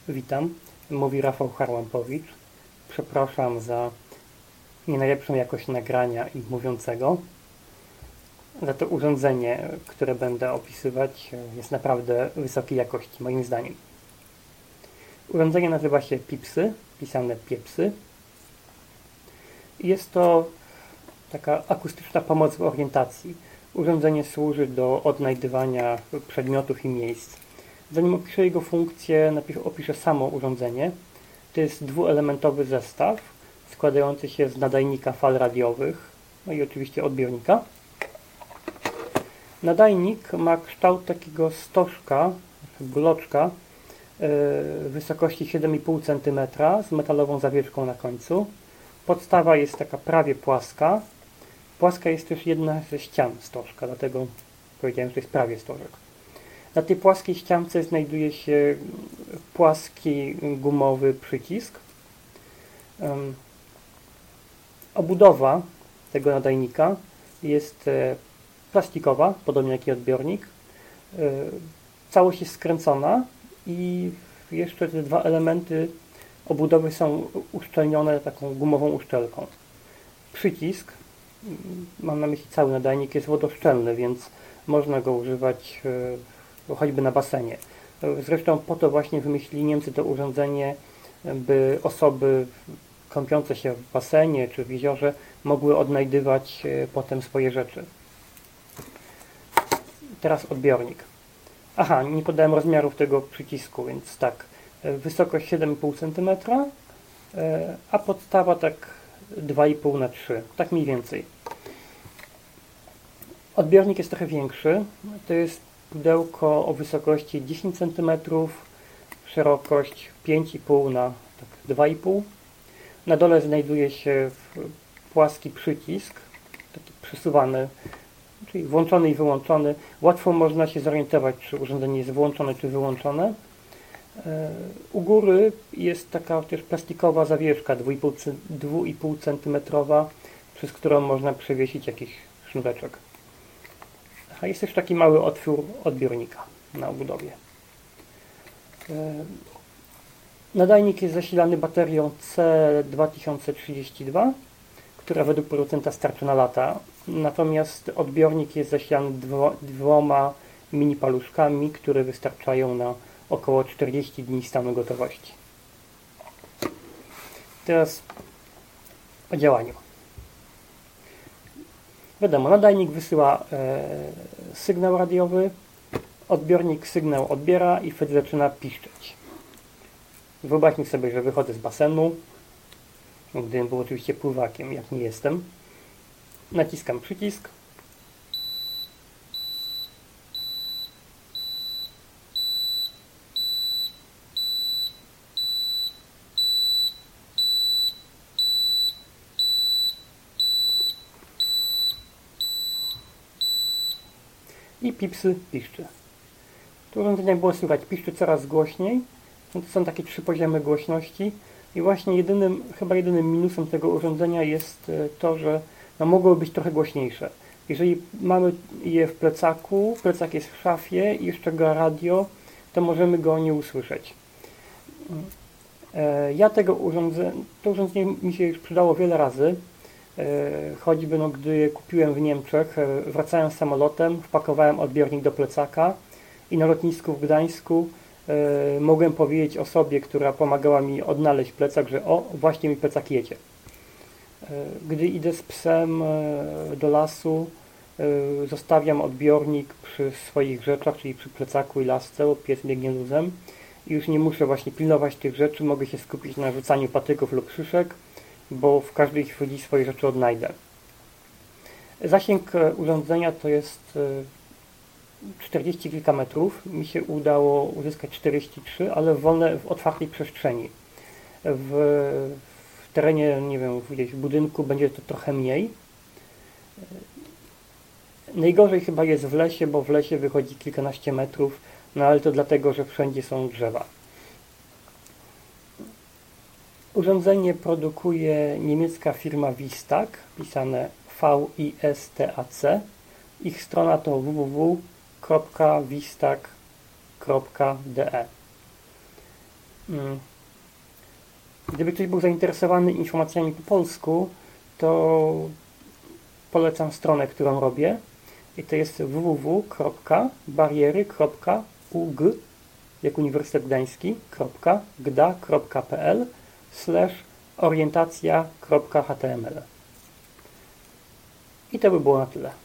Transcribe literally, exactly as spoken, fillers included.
Witam, mówi Rafał Harłampowicz. Przepraszam za nie najlepszą jakość nagrania i mówiącego. Za to urządzenie, które będę opisywać, jest naprawdę wysokiej jakości, moim zdaniem. Urządzenie nazywa się Pipsy, pisane Piepsy. Jest to taka akustyczna pomoc w orientacji. Urządzenie służy do odnajdywania przedmiotów i miejsc. Zanim opiszę jego funkcję, najpierw opiszę samo urządzenie. To jest dwuelementowy zestaw składający się z nadajnika fal radiowych, no i oczywiście odbiornika. Nadajnik ma kształt takiego stożka, bloczka wysokości siedem i pół centymetra z metalową zawieszką na końcu. Podstawa jest taka prawie płaska. Płaska jest też jedna ze ścian stożka, dlatego powiedziałem, że to jest prawie stożek. Na tej płaskiej ściance znajduje się płaski gumowy przycisk. Um, obudowa tego nadajnika jest e, plastikowa, podobnie jak i odbiornik. E, całość jest skręcona i jeszcze te dwa elementy obudowy są uszczelnione taką gumową uszczelką. Przycisk, mam na myśli cały nadajnik, jest wodoszczelny, więc można go używać e, choćby na basenie. Zresztą po to właśnie wymyślili Niemcy to urządzenie, by osoby kąpiące się w basenie czy w jeziorze mogły odnajdywać potem swoje rzeczy. Teraz odbiornik. Aha, nie podałem rozmiarów tego przycisku, więc tak, wysokość siedem i pół centymetra, a podstawa tak dwa i pół na trzy, tak mniej więcej. Odbiornik jest trochę większy, to jest pudełko o wysokości dziesięć centymetrów, szerokość pięć i pół na tak, dwa i pół. Na dole znajduje się płaski przycisk, taki przesuwany, czyli włączony i wyłączony. Łatwo można się zorientować, czy urządzenie jest włączone, czy wyłączone. U góry jest taka też plastikowa zawieszka dwa i pół centymetrowa, przez którą można przewiesić jakiś sznureczek. A jest też taki mały otwór odbiornika na obudowie. Nadajnik jest zasilany baterią C dwa tysiące trzydzieści dwa, która według producenta starczy na lata. Natomiast odbiornik jest zasilany dwo, dwoma mini paluszkami, które wystarczają na około czterdzieści dni stanu gotowości. Teraz o działaniu. Wiadomo, nadajnik wysyła e, sygnał radiowy, odbiornik sygnał odbiera i wtedy zaczyna piszczeć. Wyobraźmy sobie, że wychodzę z basenu, gdybym był oczywiście pływakiem, jak nie jestem. Naciskam przycisk. I Pipsy piszczy. To urządzenie było słychać, piszczy coraz głośniej. To są takie trzy poziomy głośności i właśnie jedynym, chyba jedynym minusem tego urządzenia jest to, że no, mogłoby być trochę głośniejsze. Jeżeli mamy je w plecaku, plecak jest w szafie i jeszcze gra radio, to możemy go nie usłyszeć. Ja tego urządzenia, to urządzenie mi się już przydało wiele razy, choćby no, gdy je kupiłem w Niemczech, wracając samolotem, wpakowałem odbiornik do plecaka i na lotnisku w Gdańsku e, mogłem powiedzieć osobie, która pomagała mi odnaleźć plecak, że o, właśnie mi plecak jedzie. E, gdy idę z psem e, do lasu, e, zostawiam odbiornik przy swoich rzeczach, czyli przy plecaku i lasce, bo pies biegnie luzem i już nie muszę właśnie pilnować tych rzeczy, mogę się skupić na rzucaniu patyków lub szyszek, bo w każdej chwili swoje rzeczy odnajdę. Zasięg urządzenia to jest czterdzieści kilka metrów. Mi się udało uzyskać czterdzieści trzy, ale w wolnej, w otwartej przestrzeni. W, w terenie, nie wiem, gdzieś w budynku będzie to trochę mniej. Najgorzej chyba jest w lesie, bo w lesie wychodzi kilkanaście metrów, no ale to dlatego, że wszędzie są drzewa. Urządzenie produkuje niemiecka firma Wistac, pisane V I S T A C. Ich strona to w w w kropka wistac kropka d e. Gdyby ktoś był zainteresowany informacjami po polsku, to polecam stronę, którą robię. I to jest w w w kropka bariery kropka u g jak Uniwersytet Gdański, kropka, gda kropka p l slash orientacja kropka h t m l. I to by było na tyle.